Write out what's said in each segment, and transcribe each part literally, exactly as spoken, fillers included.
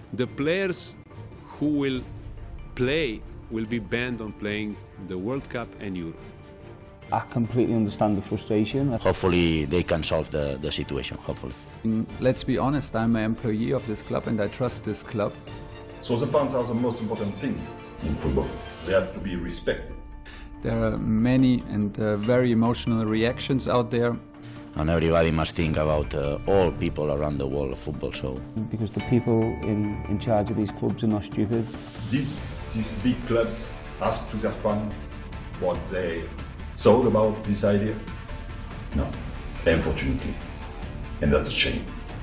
the players who will play will be banned on playing the World Cup and Euro. I completely understand the frustration. Hopefully they can solve the, the situation, hopefully. Um, let's be honest, I'm an employee of this club and I trust this club. So the fans are the most important thing in football. They have to be respected. There are many and uh, very emotional reactions out there. And everybody must think about uh, all people around the world of football. So because the people in, in charge of these clubs are not stupid. Did these big clubs ask to their fans what they thought about this idea? No, unfortunately, and that's a shame.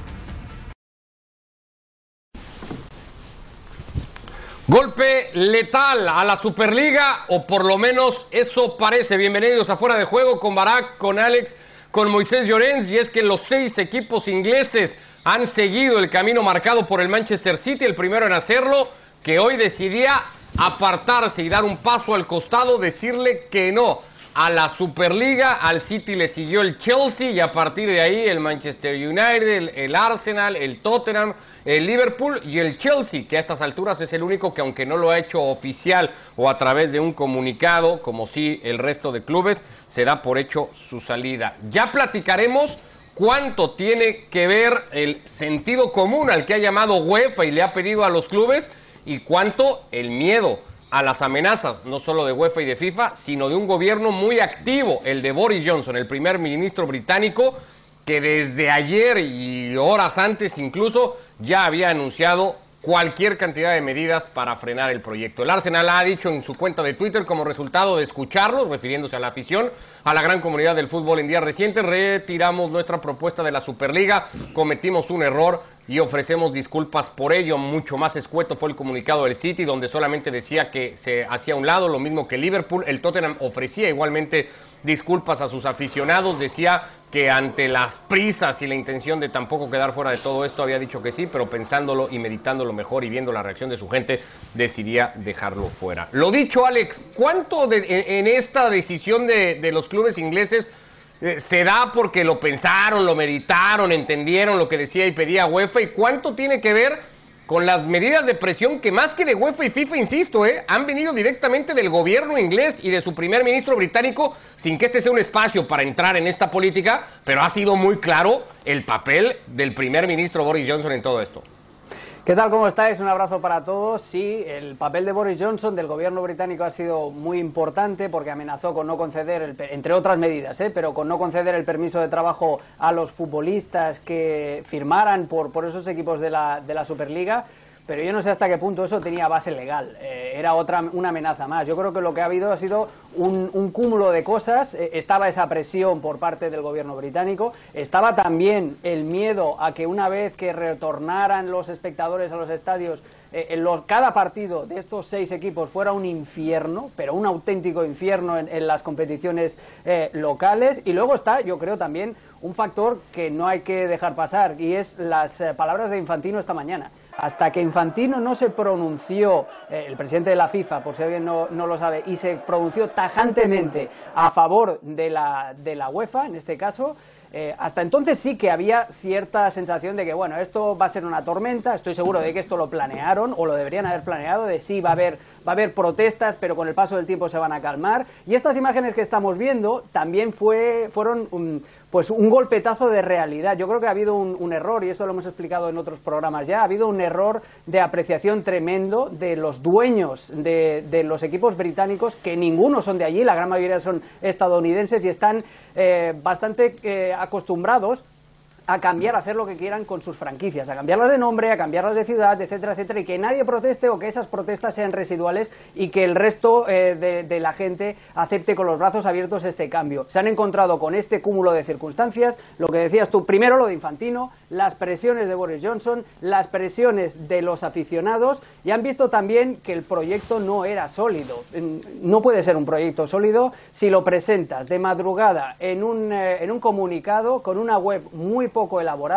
Golpe letal a la Superliga, o por lo menos eso parece. Bienvenidos a Fuera de Juego con Barak, con Alex, con Moisés Llorens. Y es que los seis equipos ingleses han seguido el camino marcado por el Manchester City, el primero en hacerlo, que hoy decidía apartarse y dar un paso al costado, decirle que no a la Superliga. Al City le siguió el Chelsea y a partir de ahí el Manchester United, el, el Arsenal, el Tottenham, el Liverpool y el Chelsea, que a estas alturas es el único que, aunque no lo ha hecho oficial o a través de un comunicado, como sí el resto de clubes, se da por hecho su salida. Ya platicaremos cuánto tiene que ver el sentido común al que ha llamado UEFA y le ha pedido a los clubes, y cuánto el miedo a las amenazas, no solo de UEFA y de FIFA, sino de un gobierno muy activo, el de Boris Johnson, el primer ministro británico, que desde ayer y horas antes incluso ya había anunciado cualquier cantidad de medidas para frenar el proyecto. El Arsenal ha dicho en su cuenta de Twitter, como resultado de escucharlos, refiriéndose a la afición, a la gran comunidad del fútbol en días recientes: retiramos nuestra propuesta de la Superliga, cometimos un error y ofrecemos disculpas por ello. Mucho más escueto fue el comunicado del City, donde solamente decía que se hacía a un lado, lo mismo que Liverpool. El Tottenham ofrecía igualmente disculpas a sus aficionados, decía que ante las prisas y la intención de tampoco quedar fuera de todo esto, había dicho que sí, pero pensándolo y meditándolo mejor y viendo la reacción de su gente, decidía dejarlo fuera. Lo dicho, Alex, ¿cuánto de, en, en esta decisión de, de los clubes ingleses eh, se da porque lo pensaron, lo meditaron, entendieron lo que decía y pedía UEFA, y cuánto tiene que ver con las medidas de presión que, más que de UEFA y FIFA, insisto, eh, han venido directamente del gobierno inglés y de su primer ministro británico, sin que este sea un espacio para entrar en esta política, pero ha sido muy claro el papel del primer ministro Boris Johnson en todo esto? ¿Qué tal? ¿Cómo estáis? Un abrazo para todos. Sí, el papel de Boris Johnson, del gobierno británico, ha sido muy importante porque amenazó con no conceder, el, entre otras medidas, ¿eh? pero con no conceder el permiso de trabajo a los futbolistas que firmaran por, por esos equipos de la, de la Superliga. Pero yo no sé hasta qué punto eso tenía base legal, eh, era otra una amenaza más. Yo creo que lo que ha habido ha sido un, un cúmulo de cosas. Eh, estaba esa presión por parte del gobierno británico, estaba también el miedo a que una vez que retornaran los espectadores a los estadios, eh, en los, cada partido de estos seis equipos fuera un infierno, pero un auténtico infierno en, en las competiciones eh, locales. Y luego está, yo creo, también un factor que no hay que dejar pasar, y es las eh, palabras de Infantino esta mañana. Hasta que Infantino no se pronunció, eh, el presidente de la FIFA, por si alguien no, no lo sabe, y se pronunció tajantemente a favor de la, de la UEFA, en este caso, eh, hasta entonces sí que había cierta sensación de que, bueno, esto va a ser una tormenta. Estoy seguro de que esto lo planearon, o lo deberían haber planeado, de sí, va a haber, va a haber protestas, pero con el paso del tiempo se van a calmar. Y estas imágenes que estamos viendo también fue, fueron un, pues un golpetazo de realidad. Yo creo que ha habido un, un error, y esto lo hemos explicado en otros programas ya, ha habido un error de apreciación tremendo de los dueños de, de los equipos británicos, que ninguno son de allí, la gran mayoría son estadounidenses y están eh, bastante eh, acostumbrados a cambiar, a hacer lo que quieran con sus franquicias, a cambiarlas de nombre, a cambiarlas de ciudad, etcétera, etcétera, y que nadie proteste, o que esas protestas sean residuales y que el resto eh, de, de la gente acepte con los brazos abiertos este cambio. Se han encontrado con este cúmulo de circunstancias, lo que decías tú, primero lo de Infantino, las presiones de Boris Johnson, las presiones de los aficionados, y han visto también que el proyecto no era sólido. No puede ser un proyecto sólido si lo presentas de madrugada en un, eh, en un comunicado con una web muy poco elaborada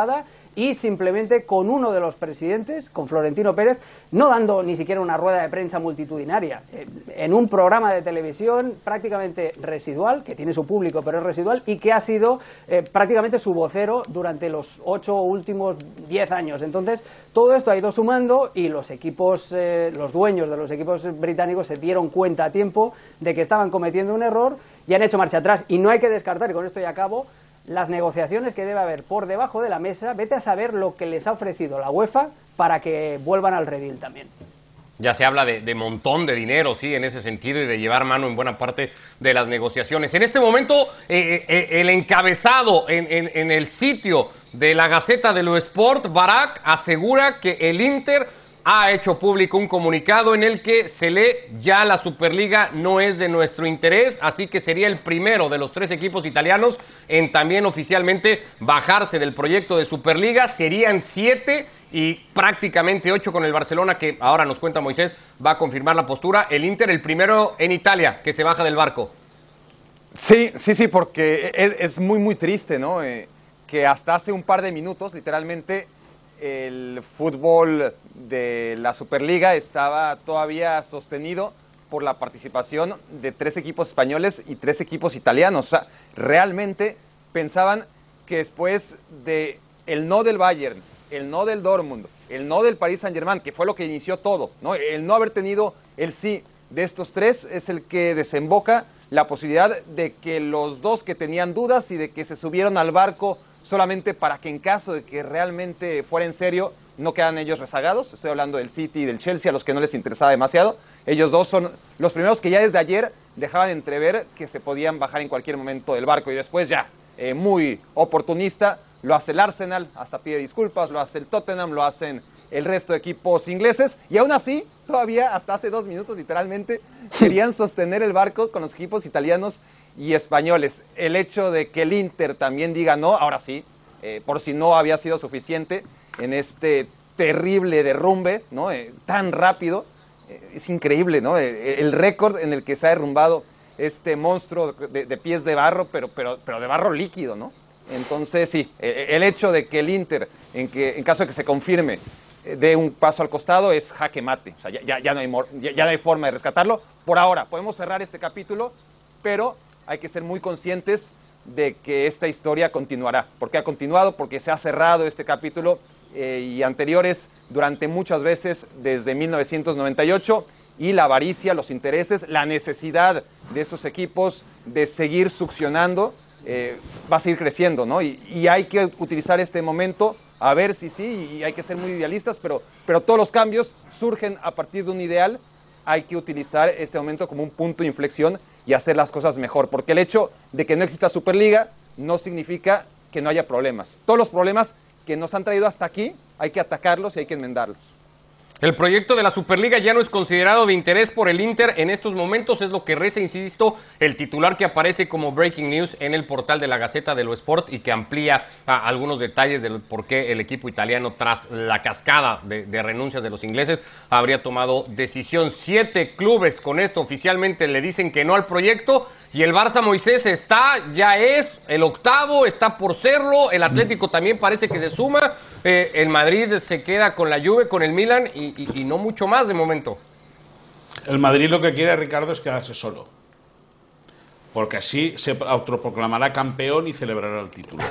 y simplemente con uno de los presidentes, con Florentino Pérez, no dando ni siquiera una rueda de prensa multitudinaria, eh, en un programa de televisión prácticamente residual, que tiene su público pero es residual, y que ha sido eh, prácticamente su vocero durante los ocho últimos diez años. Entonces, todo esto ha ido sumando y los equipos, eh, los dueños de los equipos británicos se dieron cuenta a tiempo de que estaban cometiendo un error y han hecho marcha atrás. Y no hay que descartar, y con esto ya acabo, las negociaciones que debe haber por debajo de la mesa. Vete a saber lo que les ha ofrecido la UEFA para que vuelvan al redil también. Ya se habla de, de montón de dinero, sí, en ese sentido, y de llevar mano en buena parte de las negociaciones. En este momento, eh, eh, el encabezado en, en, en el sitio de la Gaceta dello Sport, Barak, asegura que el Inter ha hecho público un comunicado en el que se lee: ya la Superliga no es de nuestro interés, así que sería el primero de los tres equipos italianos en también oficialmente bajarse del proyecto de Superliga. Serían siete y prácticamente ocho con el Barcelona, que ahora nos cuenta Moisés, va a confirmar la postura. El Inter, el primero en Italia que se baja del barco. Sí, sí, sí, porque es, es muy, muy triste, ¿no? Eh, que hasta hace un par de minutos, literalmente, el fútbol de la Superliga estaba todavía sostenido por la participación de tres equipos españoles y tres equipos italianos. O sea, realmente pensaban que después de el no del Bayern, el no del Dortmund, el no del Paris Saint-Germain, que fue lo que inició todo, ¿no? El no haber tenido el sí de estos tres es el que desemboca la posibilidad de que los dos que tenían dudas y de que se subieron al barco solamente para que en caso de que realmente fuera en serio, no quedan ellos rezagados. Estoy hablando del City y del Chelsea, a los que no les interesaba demasiado. Ellos dos son los primeros que ya desde ayer dejaban entrever que se podían bajar en cualquier momento del barco. Y después ya, eh, muy oportunista, lo hace el Arsenal, hasta pide disculpas, lo hace el Tottenham, lo hacen el resto de equipos ingleses. Y aún así, todavía hasta hace dos minutos literalmente, querían sostener el barco con los equipos italianos y españoles. El hecho de que el Inter también diga no, ahora sí, eh, por si no había sido suficiente en este terrible derrumbe, ¿no? Eh, tan rápido, eh, es increíble, ¿no? Eh, el récord en el que se ha derrumbado este monstruo de, de pies de barro, pero, pero, pero de barro líquido, ¿no? Entonces sí, eh, el hecho de que el Inter, en, que, en caso de que se confirme, eh, dé un paso al costado, es jaque mate. O sea, ya, ya, ya, no hay mor ya, ya no hay forma de rescatarlo. Por ahora, podemos cerrar este capítulo, pero hay que ser muy conscientes de que esta historia continuará. ¿Por qué ha continuado? Porque se ha cerrado este capítulo eh, y anteriores durante muchas veces desde mil novecientos noventa y ocho, y la avaricia, los intereses, la necesidad de esos equipos de seguir succionando eh, va a seguir creciendo, ¿no? Y, y hay que utilizar este momento a ver si sí, y hay que ser muy idealistas, pero, pero todos los cambios surgen a partir de un ideal. Hay que utilizar este momento como un punto de inflexión y hacer las cosas mejor, porque el hecho de que no exista Superliga no significa que no haya problemas. Todos los problemas que nos han traído hasta aquí hay que atacarlos y hay que enmendarlos. El proyecto de la Superliga ya no es considerado de interés por el Inter en estos momentos, es lo que reza, insisto, el titular que aparece como breaking news en el portal de la Gaceta dello Sport y que amplía a, algunos detalles del por qué el equipo italiano, tras la cascada de, de renuncias de los ingleses, habría tomado decisión. Siete clubes con esto oficialmente le dicen que no al proyecto, y el Barça, Moisés, está, ya es el octavo, está por serlo, el Atlético también parece que se suma, eh, el Madrid se queda con la Juve, con el Milan y, y, y no mucho más de momento. El Madrid lo que quiere, Ricardo, es quedarse solo, porque así se autoproclamará campeón y celebrará el título.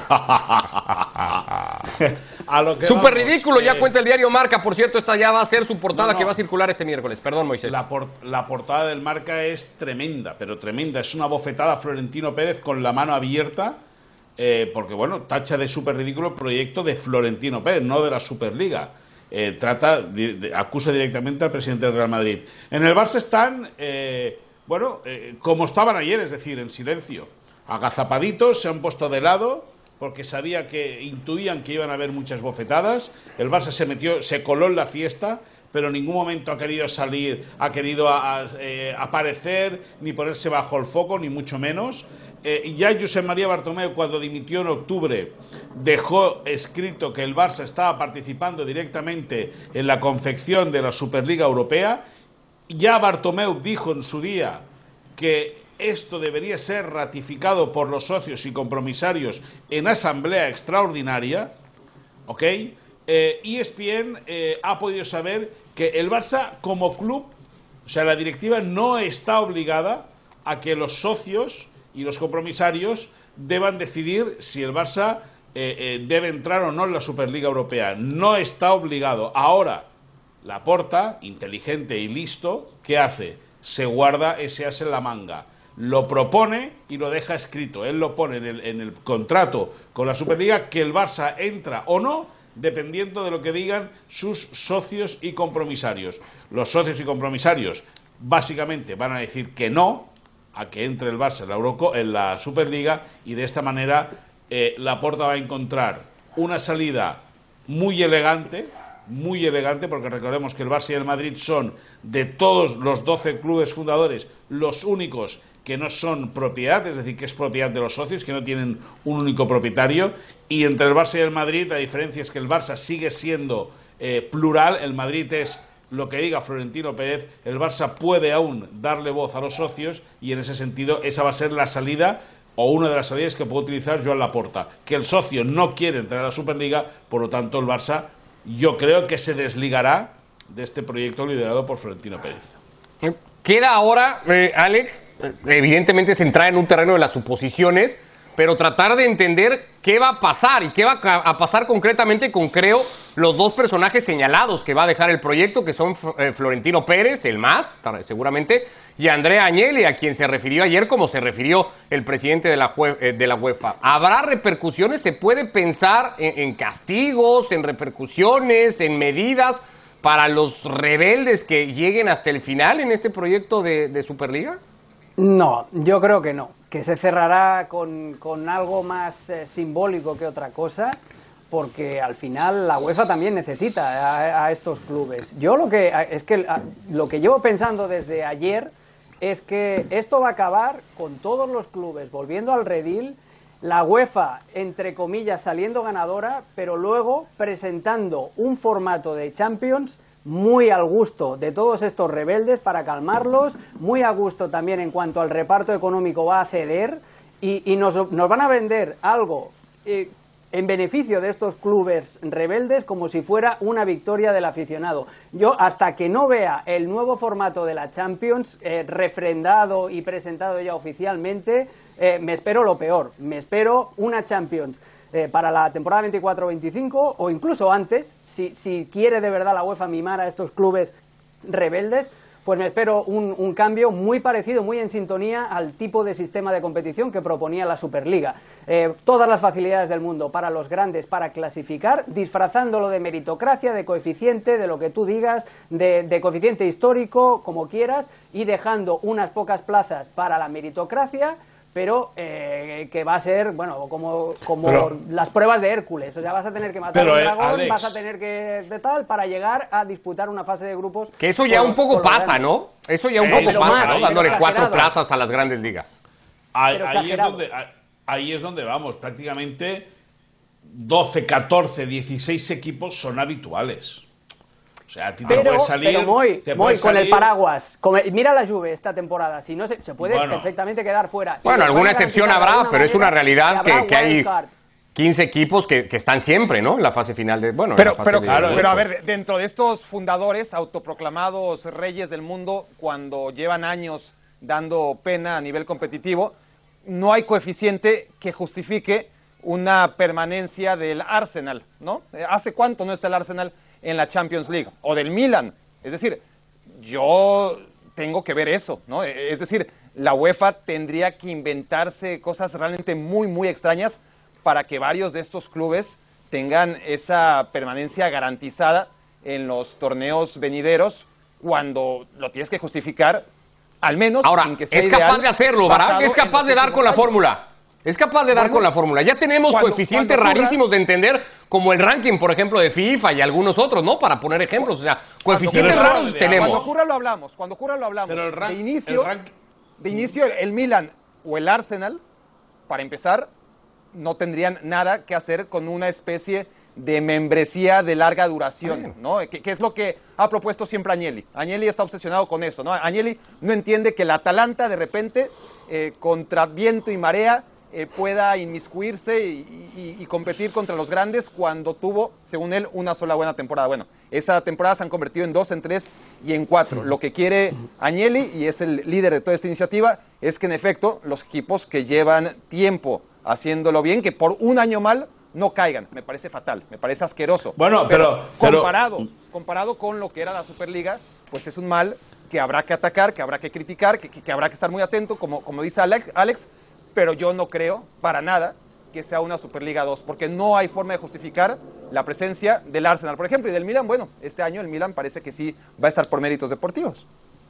A lo que Súper vamos, ridículo, eh, ya cuenta el diario Marca, por cierto, esta ya va a ser su portada, no, no, que va a circular este miércoles. Perdón, Moisés. La, por, la portada del Marca es tremenda, pero tremenda. Es una bofetada a Florentino Pérez con la mano abierta, eh, porque, bueno, tacha de súper ridículo el proyecto de Florentino Pérez, no de la Superliga. Eh, trata, de, de, acusa directamente al presidente del Real Madrid. En el Barça están... Eh, Bueno, eh, como estaban ayer, es decir, en silencio, agazapaditos, se han puesto de lado porque sabía que intuían que iban a haber muchas bofetadas. El Barça se metió, se coló en la fiesta, pero en ningún momento ha querido salir, ha querido a, a, eh, aparecer, ni ponerse bajo el foco, ni mucho menos. Eh, y ya Josep María Bartomeu, cuando dimitió en octubre, dejó escrito que el Barça estaba participando directamente en la confección de la Superliga Europea. Ya Bartomeu dijo en su día que esto debería ser ratificado por los socios y compromisarios en asamblea extraordinaria. ¿ok? Eh, E S P N eh, ha podido saber que el Barça como club, o sea, la directiva no está obligada a que los socios y los compromisarios deban decidir si el Barça eh, eh, debe entrar o no en la Superliga Europea. No está obligado. Ahora, Laporta, inteligente y listo, ¿qué hace? Se guarda ese as en la manga. Lo propone y lo deja escrito. Él lo pone en el, en el contrato con la Superliga que el Barça entra o no, dependiendo de lo que digan sus socios y compromisarios. Los socios y compromisarios básicamente van a decir que no a que entre el Barça en la, Euroco en la Superliga, y de esta manera eh, Laporta va a encontrar una salida muy elegante, muy elegante, porque recordemos que el Barça y el Madrid son, de todos los doce clubes fundadores, los únicos que no son propiedad, es decir, que es propiedad de los socios, que no tienen un único propietario, y entre el Barça y el Madrid la diferencia es que el Barça sigue siendo eh, plural, el Madrid es lo que diga Florentino Pérez, el Barça puede aún darle voz a los socios, y en ese sentido esa va a ser la salida, o una de las salidas que puede utilizar Joan Laporta, que el socio no quiere entrar a la Superliga, por lo tanto el Barça yo creo que se desligará de este proyecto liderado por Florentino Pérez. Queda ahora, eh, Alex, evidentemente es entrar en un terreno de las suposiciones, pero tratar de entender qué va a pasar y qué va a pasar concretamente con, creo, los dos personajes señalados que va a dejar el proyecto, que son eh, Florentino Pérez, el más, seguramente, y Andrea Agnelli, a quien se refirió ayer como se refirió el presidente de la, eh, de la UEFA. ¿Habrá repercusiones? ¿Se puede pensar en, en castigos, en repercusiones, en medidas para los rebeldes que lleguen hasta el final en este proyecto de, de Superliga? No, yo creo que no, que se cerrará con, con algo más eh, simbólico que otra cosa, porque al final la UEFA también necesita a, a estos clubes. Yo lo que es que a, lo que llevo pensando desde ayer es que esto va a acabar con todos los clubes volviendo al redil, la UEFA entre comillas saliendo ganadora, pero luego presentando un formato de Champions muy al gusto de todos estos rebeldes para calmarlos, muy a gusto también en cuanto al reparto económico va a ceder, y, y nos, nos van a vender algo eh, en beneficio de estos clubes rebeldes como si fuera una victoria del aficionado. Yo, hasta que no vea el nuevo formato de la Champions eh, refrendado y presentado ya oficialmente, eh, me espero lo peor. Me espero una Champions eh, para la temporada veinticuatro veinticinco o incluso antes, si, si quiere de verdad la UEFA mimar a estos clubes rebeldes, pues me espero un, un cambio muy parecido, muy en sintonía al tipo de sistema de competición que proponía la Superliga. Eh, todas las facilidades del mundo para los grandes para clasificar, disfrazándolo de meritocracia, de coeficiente, de lo que tú digas, de, de coeficiente histórico, como quieras, y dejando unas pocas plazas para la meritocracia, pero eh, que va a ser, bueno, como, como pero, las pruebas de Hércules. O sea, vas a tener que matar a un dragón, Alex, vas a tener que de tal para llegar a disputar una fase de grupos. Que eso ya con, un poco pasa, ¿no? Eso ya un poco pasa, más, ¿no? Dándole cuatro plazas a las grandes ligas. Ahí, ahí, es donde, ahí es donde vamos. Prácticamente doce, catorce, dieciséis equipos son habituales. O sea, a ti te pero, puede salir, pero muy, te muy puede con salir... el paraguas. Con el, mira la Juve esta temporada, si no se, se puede bueno, perfectamente quedar fuera. Bueno, alguna excepción habrá, pero es una realidad que, que hay quince equipos que, que están siempre, ¿no? En la fase final de, bueno, pero, en la fase pero, de, claro, de, pero a ver, dentro de estos fundadores autoproclamados reyes del mundo, cuando llevan años dando pena a nivel competitivo, no hay coeficiente que justifique una permanencia del Arsenal, ¿no? ¿Hace cuánto no está el Arsenal en la Champions League? O del Milan. Es decir, yo tengo que ver eso, ¿no? Es decir, la UEFA tendría que inventarse cosas realmente muy, muy extrañas para que varios de estos clubes tengan esa permanencia garantizada en los torneos venideros, cuando lo tienes que justificar, al menos ahora, sin que sea es ideal, capaz de hacerlo, Barak, es capaz de dar con la fórmula. Es capaz de dar bueno, con la fórmula. Ya tenemos cuando, coeficientes cuando ocurra, rarísimos de entender, como el ranking, por ejemplo, de FIFA y algunos otros, ¿no? Para poner ejemplos. O sea, coeficientes ocurra, raros tenemos. Cuando ocurra lo hablamos. Cuando ocurra lo hablamos. Pero el rank, de inicio, el rank... de inicio, el Milan o el Arsenal, para empezar, no tendrían nada que hacer con una especie de membresía de larga duración, ¿no? Que, que es lo que ha propuesto siempre Agnelli. Agnelli está obsesionado con eso, ¿no? Agnelli no entiende que el Atalanta, de repente, eh, contra viento y marea, eh, pueda inmiscuirse y, y, y competir contra los grandes cuando tuvo, según él, una sola buena temporada. Bueno, esa temporada se han convertido en dos, en tres y en cuatro. Lo que quiere Agnelli, y es el líder de toda esta iniciativa, es que en efecto los equipos que llevan tiempo haciéndolo bien, que por un año mal no caigan. Me parece fatal, me parece asqueroso. Bueno, pero, pero comparado, pero... comparado con lo que era la Superliga, pues es un mal que habrá que atacar, que habrá que criticar, que, que, que habrá que estar muy atento, como, como dice Alex, Alex, pero yo no creo para nada que sea una Superliga dos, porque no hay forma de justificar la presencia del Arsenal, por ejemplo, y del Milan. Bueno, este año el Milan parece que sí va a estar por méritos deportivos.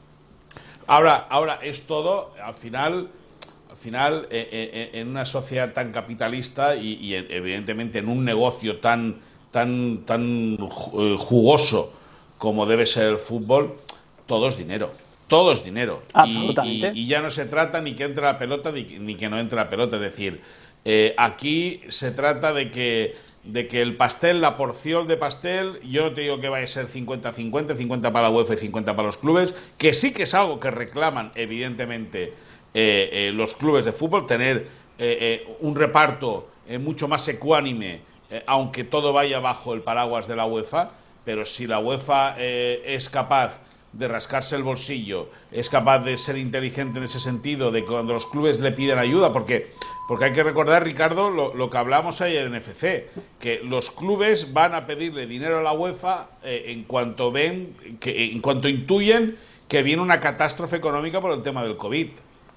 Ahora, ahora es todo, al final, al final eh, eh, en una sociedad tan capitalista y, y evidentemente en un negocio tan, tan, tan jugoso como debe ser el fútbol, todo es dinero. Todo es dinero. Absolutamente. Y, y, y ya no se trata ni que entre la pelota ni, ni que no entre la pelota. Es decir, eh, aquí se trata de que, de que el pastel, la porción de pastel, yo no te digo que vaya a ser cincuenta cincuenta, cincuenta para la UEFA y cincuenta para los clubes, que sí que es algo que reclaman, evidentemente, eh, eh, los clubes de fútbol, tener eh, eh, un reparto eh, mucho más ecuánime, eh, aunque todo vaya bajo el paraguas de la UEFA, pero si la UEFA eh, es capaz de rascarse el bolsillo, es capaz de ser inteligente en ese sentido, de cuando los clubes le piden ayuda, porque, porque hay que recordar, Ricardo, lo, lo que hablamos ayer en F C, que los clubes van a pedirle dinero a la UEFA eh, en cuanto ven, que, en cuanto intuyen que viene una catástrofe económica por el tema del COVID.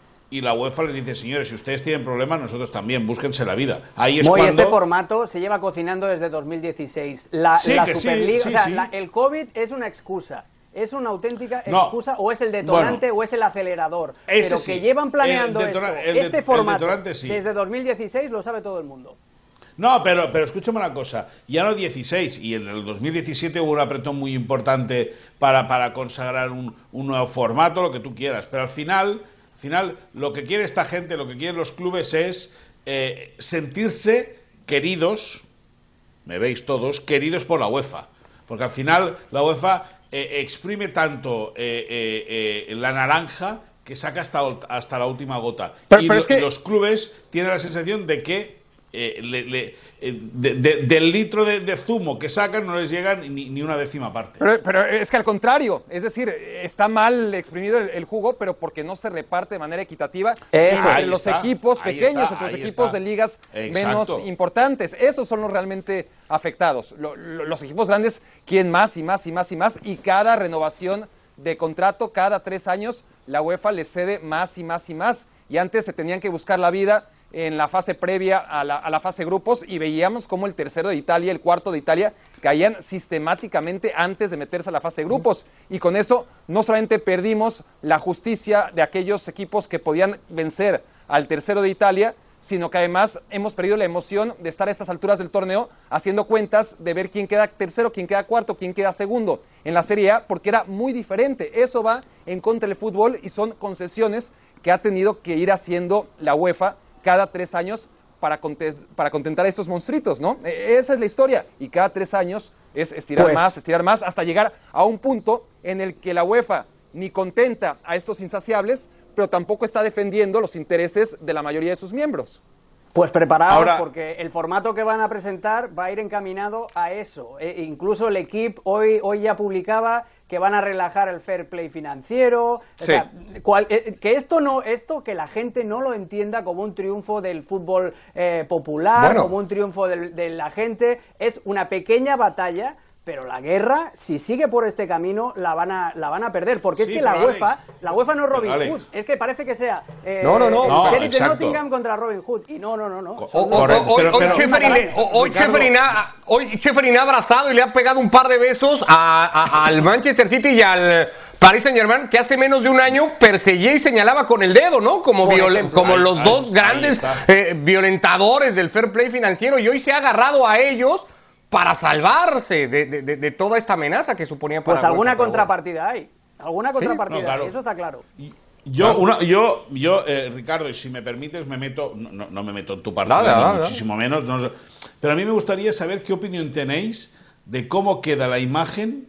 Y la UEFA les dice, señores, si ustedes tienen problemas, nosotros también, búsquense la vida. Ahí es Muy cuando... Este formato se lleva cocinando desde dos mil dieciséis. La, sí, la que Superliga, sí, sí, o sea, sí. la, el COVID es una excusa. ¿Es una auténtica No. excusa o es el detonante Bueno, o es el acelerador? ese Pero sí. que llevan planeando El detona- esto, el de- este el formato, detonante sí. desde dos mil dieciséis lo sabe todo el mundo. No, pero, pero escúchame una cosa, ya no dieciséis, y en el dos mil diecisiete hubo un apretón muy importante para, para consagrar un, un nuevo formato, lo que tú quieras, pero al final, al final lo que quiere esta gente, lo que quieren los clubes es eh, sentirse queridos, me veis todos, queridos por la UEFA, porque al final la UEFA eh, exprime tanto eh, eh, eh, la naranja que saca hasta, hasta la última gota, Pero- y, pero lo- es que- y los clubes tienen la sensación de que Eh, le, le, eh, de, de, del litro de, de zumo que sacan no les llega ni, ni una décima parte. Pero, pero es que al contrario, es decir, está mal exprimido el, el jugo, pero porque no se reparte de manera equitativa Eso. entre Ahí los está, equipos ahí pequeños, está, entre los ahí equipos está. de ligas Exacto. menos importantes. Esos son los realmente afectados. Lo- lo- los equipos grandes quieren más y más y más y más, y cada renovación de contrato, cada tres años, la UEFA les cede más y más y más. Y antes se tenían que buscar la vida en la fase previa a la, a la fase grupos, y veíamos como el tercero de Italia, el cuarto de Italia, caían sistemáticamente antes de meterse a la fase de grupos, y con eso no solamente perdimos la justicia de aquellos equipos que podían vencer al tercero de Italia, sino que además hemos perdido la emoción de estar a estas alturas del torneo haciendo cuentas de ver quién queda tercero, quién queda cuarto, quién queda segundo en la Serie A, porque era muy diferente. Eso va en contra del fútbol y son concesiones que ha tenido que ir haciendo la UEFA cada tres años para, conte- para contentar a estos monstruitos, ¿no? E- esa es la historia, y cada tres años es estirar Pues- más, estirar más, hasta llegar a un punto en el que la UEFA ni contenta a estos insaciables, pero tampoco está defendiendo los intereses de la mayoría de sus miembros. Pues preparados, Ahora- porque el formato que van a presentar va a ir encaminado a eso. E incluso el equipo hoy, hoy ya publicaba que van a relajar el fair play financiero. O Sí. sea, cual- eh, que esto no, esto que la gente no lo entienda como un triunfo del fútbol eh, popular, Bueno. como un triunfo del- de la gente, es una pequeña batalla. Pero la guerra, si sigue por este camino, la van a, la van a perder, porque Sí, es que la pero UEFA, Alex, la UEFA no es Robin pero Alex. Hood, es que parece que sea eh, No, no, no. el No, Sheriff de exacto. Nottingham contra Robin Hood, y no, no, no, no. O- Son- o- Correcto, hoy, pero- hoy pero- Schäferin le- o- hoy Ricardo. Schäferin ha- hoy Schäferin ha abrazado y le ha pegado un par de besos a- a- al Manchester City y al Paris Saint-Germain, que hace menos de un año perseguía y señalaba con el dedo, ¿no? Como, Por viol- ejemplo. como Ahí- los ahí- dos ahí grandes está. eh, violentadores del fair play financiero, y hoy se ha agarrado a ellos para salvarse de, de- de- de toda esta amenaza que suponía para Pues la alguna UEFA, pero bueno. contrapartida hay, alguna contrapartida No, claro. hay, eso está claro. Yo, una, yo, yo eh, Ricardo, y si me permites, me meto, no, no, no me meto en tu parcela, Nada, ni nada. muchísimo menos, no sé. Pero a mí me gustaría saber qué opinión tenéis de cómo queda la imagen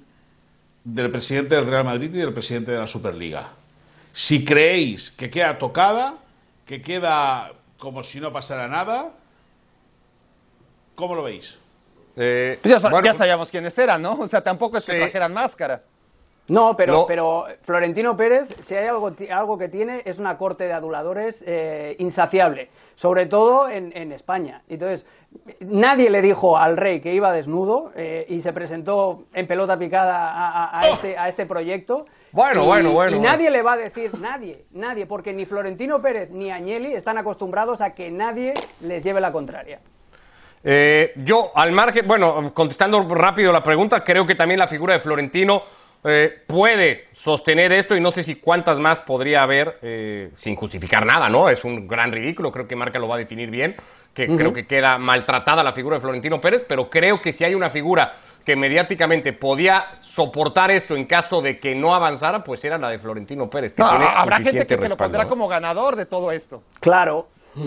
del presidente del Real Madrid y del presidente de la Superliga. Si creéis que queda tocada, que queda como si no pasara nada. ¿Cómo lo veis? Eh, pues ya, bueno, ya sabíamos quiénes eran, ¿no? O sea, tampoco es que sí. trajeran máscara. No, pero, no. pero Florentino Pérez, si hay algo, algo que tiene, es una corte de aduladores eh, insaciable, sobre todo en, en España. Entonces, nadie le dijo al rey que iba desnudo eh, y se presentó en pelota picada a, a, a, este, a este proyecto. Bueno, y, bueno, bueno. Y bueno. nadie le va a decir, nadie, nadie, porque ni Florentino Pérez ni Agnelli están acostumbrados a que nadie les lleve la contraria. Eh, yo, al margen, bueno, contestando rápido la pregunta, creo que también la figura de Florentino eh, puede sostener esto y no sé si cuántas más podría haber eh, sin justificar nada, ¿no? Es un gran ridículo, creo que Marca lo va a definir bien, que uh-huh. creo que queda maltratada la figura de Florentino Pérez, pero creo que si hay una figura que mediáticamente podía soportar esto en caso de que no avanzara, pues era la de Florentino Pérez. Que no, tiene habrá gente que, respaldo, que lo pondrá ¿no? como ganador de todo esto. Claro.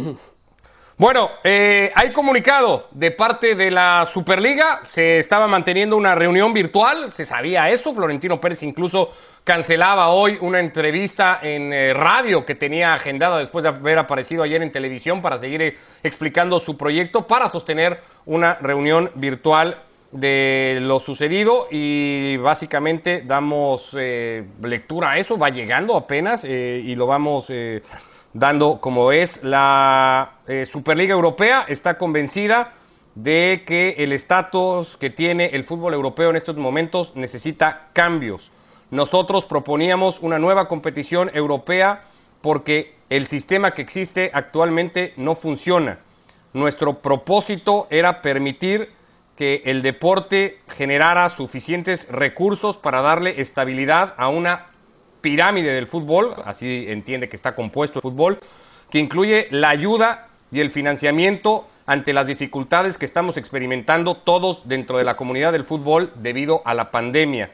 Bueno, eh, hay comunicado de parte de la Superliga, se estaba manteniendo una reunión virtual, se sabía eso, Florentino Pérez incluso cancelaba hoy una entrevista en eh, radio que tenía agendada después de haber aparecido ayer en televisión para seguir eh, explicando su proyecto, para sostener una reunión virtual de lo sucedido y básicamente damos eh, lectura a eso, va llegando apenas eh, y lo vamos... Eh, dando como es. La eh, Superliga Europea está convencida de que el estatus que tiene el fútbol europeo en estos momentos necesita cambios. Nosotros proponíamos una nueva competición europea porque el sistema que existe actualmente no funciona. Nuestro propósito era permitir que el deporte generara suficientes recursos para darle estabilidad a una pirámide del fútbol, así entiende que está compuesto el fútbol, que incluye la ayuda y el financiamiento ante las dificultades que estamos experimentando todos dentro de la comunidad del fútbol debido a la pandemia.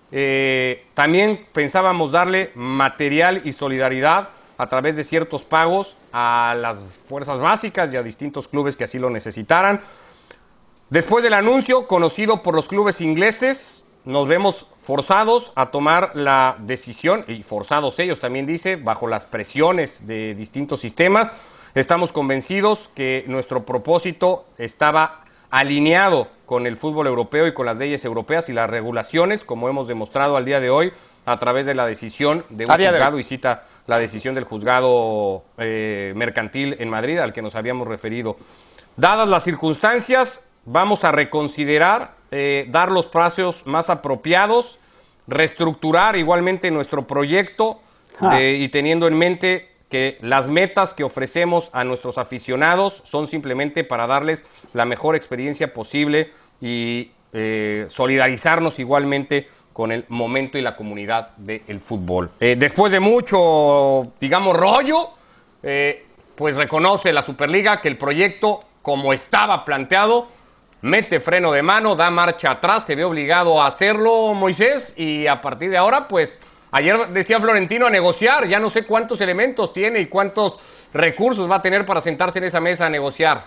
Eh, también pensábamos darle material y solidaridad a través de ciertos pagos a las fuerzas básicas y a distintos clubes que así lo necesitaran. Después del anuncio conocido por los clubes ingleses, nos vemos forzados a tomar la decisión, y forzados ellos también dice, bajo las presiones de distintos sistemas. Estamos convencidos que nuestro propósito estaba alineado con el fútbol europeo y con las leyes europeas y las regulaciones, como hemos demostrado al día de hoy a través de la decisión de un juzgado, y cita la decisión del juzgado eh, mercantil en Madrid al que nos habíamos referido. Dadas las circunstancias, vamos a reconsiderar Eh, dar los plazos más apropiados, reestructurar igualmente nuestro proyecto ah. de, y teniendo en mente que las metas que ofrecemos a nuestros aficionados son simplemente para darles la mejor experiencia posible y eh, solidarizarnos igualmente con el momento y la comunidad del fútbol. Eh, después de mucho, digamos, rollo, eh, pues reconoce la Superliga que el proyecto, como estaba planteado, mete freno de mano, da marcha atrás, se ve obligado a hacerlo Moisés, y a partir de ahora, pues, ayer decía Florentino a negociar, ya no sé cuántos elementos tiene y cuántos recursos va a tener para sentarse en esa mesa a negociar.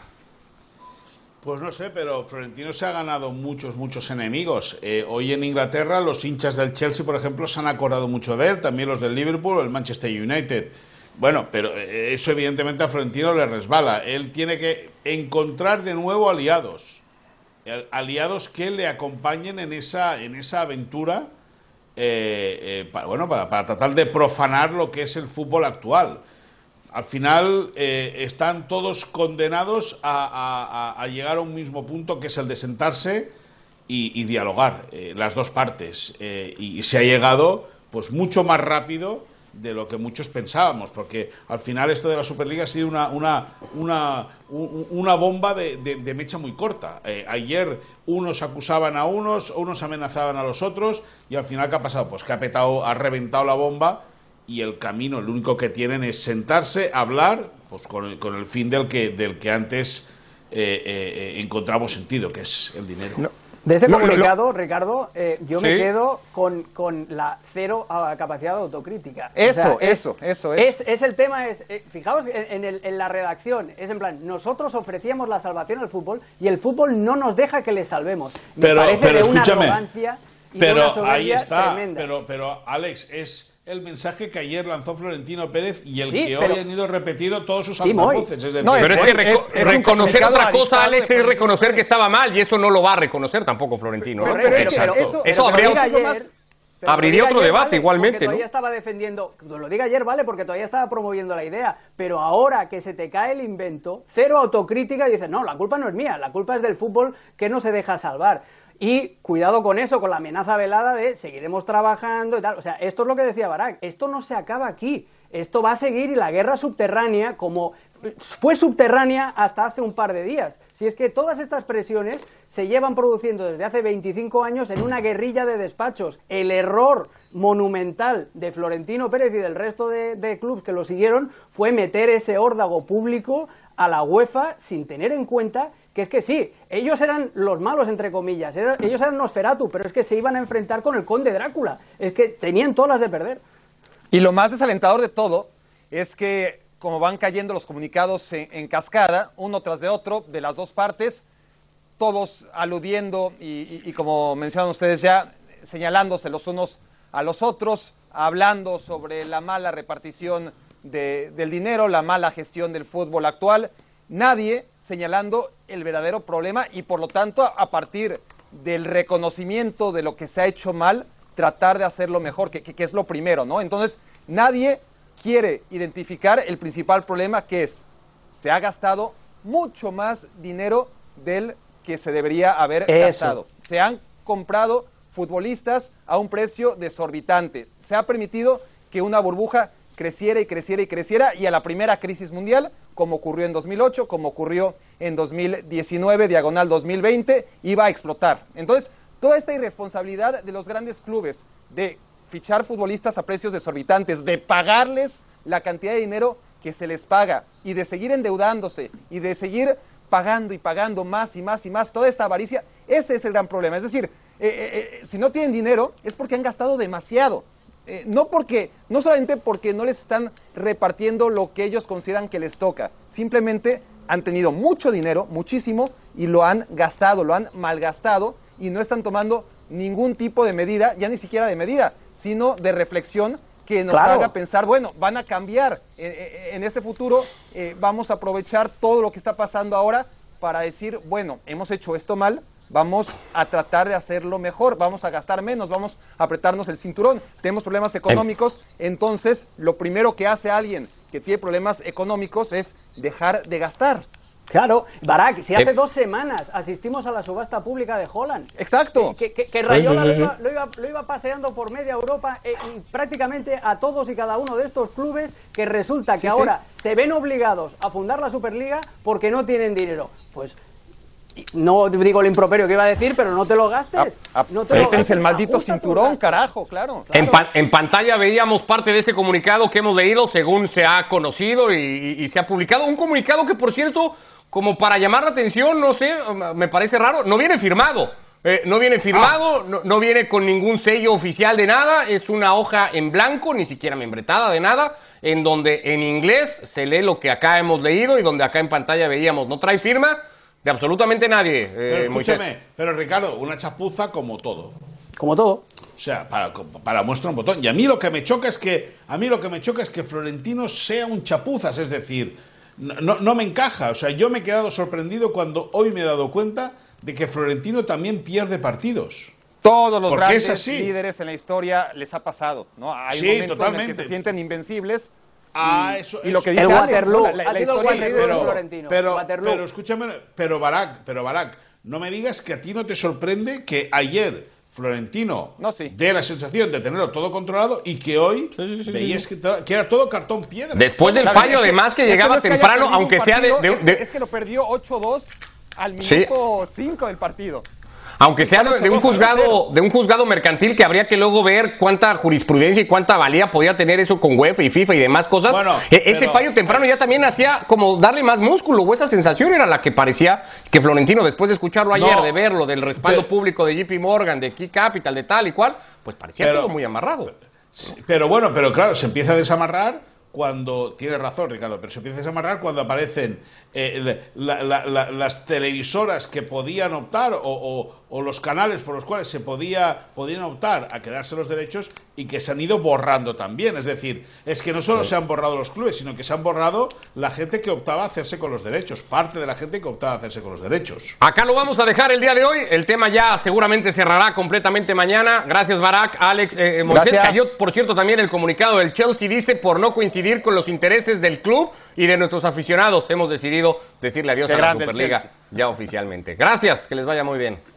Pues no sé, pero Florentino se ha ganado muchos, muchos enemigos. Eh, hoy en Inglaterra los hinchas del Chelsea, por ejemplo, se han acordado mucho de él, también los del Liverpool o el Manchester United. Bueno, pero eso evidentemente a Florentino le resbala. Él tiene que encontrar de nuevo aliados. aliados que le acompañen en esa en esa aventura eh, eh, para, bueno para, para tratar de profanar lo que es el fútbol actual. Al final eh, están todos condenados a, a, a llegar a un mismo punto, que es el de sentarse y, y dialogar eh, las dos partes, eh, y, y se ha llegado pues mucho más rápido de lo que muchos pensábamos, porque al final esto de la Superliga ha sido una una una, una bomba de, de, de mecha muy corta. Eh, ayer unos acusaban a unos, unos amenazaban a los otros, y al final ¿qué ha pasado? Pues que ha petado, ha reventado la bomba, y el camino, el único que tienen es sentarse, hablar, pues con el, con el fin del que del que antes eh, eh, encontramos sentido, que es el dinero. No. De ese Lo- comunicado, lo- Ricardo, eh, yo ¿Sí? me quedo con, con la cero ah, capacidad de autocrítica. Eso, es, eso, eso es. Es, es el tema, es eh, fijaos en, en, el- en la redacción, es en plan, nosotros ofrecíamos la salvación al fútbol y el fútbol no nos deja que le salvemos. Me Pero- parece pero de una escúchame. arrogancia y de una Pero soberbia ahí está, tremenda. pero, pero Alex, es el mensaje que ayer lanzó Florentino Pérez y el Sí, que pero- hoy han ido repetido todos sus Sí, Moy. altavoces. Es decir, No, Pero es que reco- es- es un reconocer comunicado otra cosa, avisado Alex, de es reconocer Florentino que estaba mal y eso no lo va a reconocer tampoco Florentino. ¿no? Correcto, pero es que Exacto. eso, Eso pero que habría lo diga diga ayer, más- pero Abriría lo diga otro ayer, debate vale, igualmente, porque todavía ¿no? estaba defendiendo, lo diga ayer, vale, porque todavía estaba promoviendo la idea, pero ahora que se te cae el invento, cero autocrítica y dices, no, la culpa no es mía, la culpa es del fútbol que no se deja salvar. Y cuidado con eso, con la amenaza velada de seguiremos trabajando y tal. O sea, esto es lo que decía Barak, esto no se acaba aquí, esto va a seguir y la guerra subterránea, como fue subterránea hasta hace un par de días. Si es que todas estas presiones se llevan produciendo desde hace veinticinco años en una guerrilla de despachos. El error monumental de Florentino Pérez y del resto de, de clubes que lo siguieron fue meter ese órdago público a la UEFA sin tener en cuenta que es que sí, ellos eran los malos, entre comillas, era, ellos eran Nosferatu, pero es que se iban a enfrentar con el conde Drácula, es que tenían todas las de perder. Y lo más desalentador de todo es que, como van cayendo los comunicados en, en cascada, uno tras de otro, de las dos partes, todos aludiendo y, y, y como mencionan ustedes ya, señalándose los unos a los otros, hablando sobre la mala repartición de, del dinero, la mala gestión del fútbol actual, nadie señalando el verdadero problema y por lo tanto a, a partir del reconocimiento de lo que se ha hecho mal, tratar de hacerlo mejor, que, que, que es lo primero, ¿no? Entonces, nadie quiere identificar el principal problema, que es, se ha gastado mucho más dinero del que se debería haber Eso. gastado. Se han comprado futbolistas a un precio desorbitante. Se ha permitido que una burbuja creciera y creciera y creciera y a la primera crisis mundial, como ocurrió en dos mil ocho, como ocurrió en dos mil diecinueve, diagonal dos mil veinte, iba a explotar. Entonces, toda esta irresponsabilidad de los grandes clubes de fichar futbolistas a precios desorbitantes, de pagarles la cantidad de dinero que se les paga y de seguir endeudándose y de seguir pagando y pagando más y más y más, toda esta avaricia, ese es el gran problema. Es decir, eh, eh, si no tienen dinero es porque han gastado demasiado. Eh, no porque, no solamente porque no les están repartiendo lo que ellos consideran que les toca, simplemente han tenido mucho dinero, muchísimo, y lo han gastado, lo han malgastado, y no están tomando ningún tipo de medida, ya ni siquiera de medida, sino de reflexión que nos Claro. haga pensar, bueno, van a cambiar eh, eh, en este futuro, eh, vamos a aprovechar todo lo que está pasando ahora para decir, bueno, hemos hecho esto mal, vamos a tratar de hacerlo mejor, vamos a gastar menos, vamos a apretarnos el cinturón, tenemos problemas económicos, entonces lo primero que hace alguien que tiene problemas económicos es dejar de gastar. Claro, Barak, si hace Eh. dos semanas asistimos a la subasta pública de Haaland, Exacto. que, que, que Rayola Sí, sí, sí. Lo, iba, lo, iba, lo iba paseando por media Europa eh, y prácticamente a todos y cada uno de estos clubes que resulta que Sí, sí. ahora se ven obligados a fundar la Superliga porque no tienen dinero. Pues no digo el improperio que iba a decir, pero no te lo gastes. A- a- no te lo Apriétense gastes, el maldito ajusta tus cinturón, gastos. carajo, claro. En, pa- en pantalla veíamos parte de ese comunicado que hemos leído según se ha conocido y, y- y se ha publicado. Un comunicado que, por cierto, como para llamar la atención, no sé, me parece raro, no viene firmado. Eh, no viene firmado, no, no viene con ningún sello oficial de nada, es una hoja en blanco, ni siquiera membretada de nada, en donde en inglés se lee lo que acá hemos leído y donde acá en pantalla veíamos. No trae firma de absolutamente nadie, eh, Pero escúchame, Moisés. pero Ricardo, una chapuza como todo. Como todo. O sea, para, para muestra un botón. Y a mí lo que me choca es que a mí lo que me choca es que Florentino sea un chapuzas, es decir, no, no, no me encaja. O sea, yo me he quedado sorprendido cuando hoy me he dado cuenta de que Florentino también pierde partidos. Todos los Porque grandes es así. líderes en la historia les ha pasado, ¿no? Hay Sí, un momento en el totalmente. que se sienten invencibles. Ah, y, eso- y lo eso- que El dice Alex, Waterloo, ¿no? La- la- ha la sido el historia- Waterloo de pero, Florentino. pero, Waterloo. pero escúchame, pero Barak, pero Barak, no me digas que a ti no te sorprende que ayer Florentino No, sí. dé la sensación de tenerlo todo controlado y que hoy Sí, sí, sí, veías que, to- que era todo cartón piedra. Después del Claro, fallo, es que- además, que es llegaba no es que haya temprano, perdido un aunque sea de... partido, de- es, de- es que lo perdió ocho dos al Sí. minuto cinco del partido. Aunque sea de, de un ocho dos a juzgado, cero. de un juzgado mercantil, que habría que luego ver cuánta jurisprudencia y cuánta valía podía tener eso con UEFA y FIFA y demás cosas. Bueno, E- ese pero- fallo temprano ya también hacía como darle más músculo, o esa sensación era la que parecía que Florentino, después de escucharlo ayer, No, de verlo, del respaldo pero- público de J P Morgan, de Key Capital, de tal y cual, pues parecía Pero- todo muy amarrado. Sí, pero bueno, pero claro, se empieza a desamarrar cuando, tienes razón Ricardo, pero se empieza a desamarrar cuando aparecen eh, la, la, la, las televisoras que podían optar o, o, o los canales por los cuales se podía podían optar a quedarse los derechos y que se han ido borrando también. Es decir, es que no solo sí. se han borrado los clubes, sino que se han borrado la gente que optaba a hacerse con los derechos, parte de la gente que optaba a hacerse con los derechos. Acá lo vamos a dejar el día de hoy, el tema ya seguramente cerrará completamente mañana. Gracias Barak, Alex, eh, Moisés. Cayó, por cierto, también el comunicado del Chelsea, dice, por no coincidir con los intereses del club y de nuestros aficionados, hemos decidido decirle adiós Qué a la Superliga ya oficialmente. Gracias, que les vaya muy bien.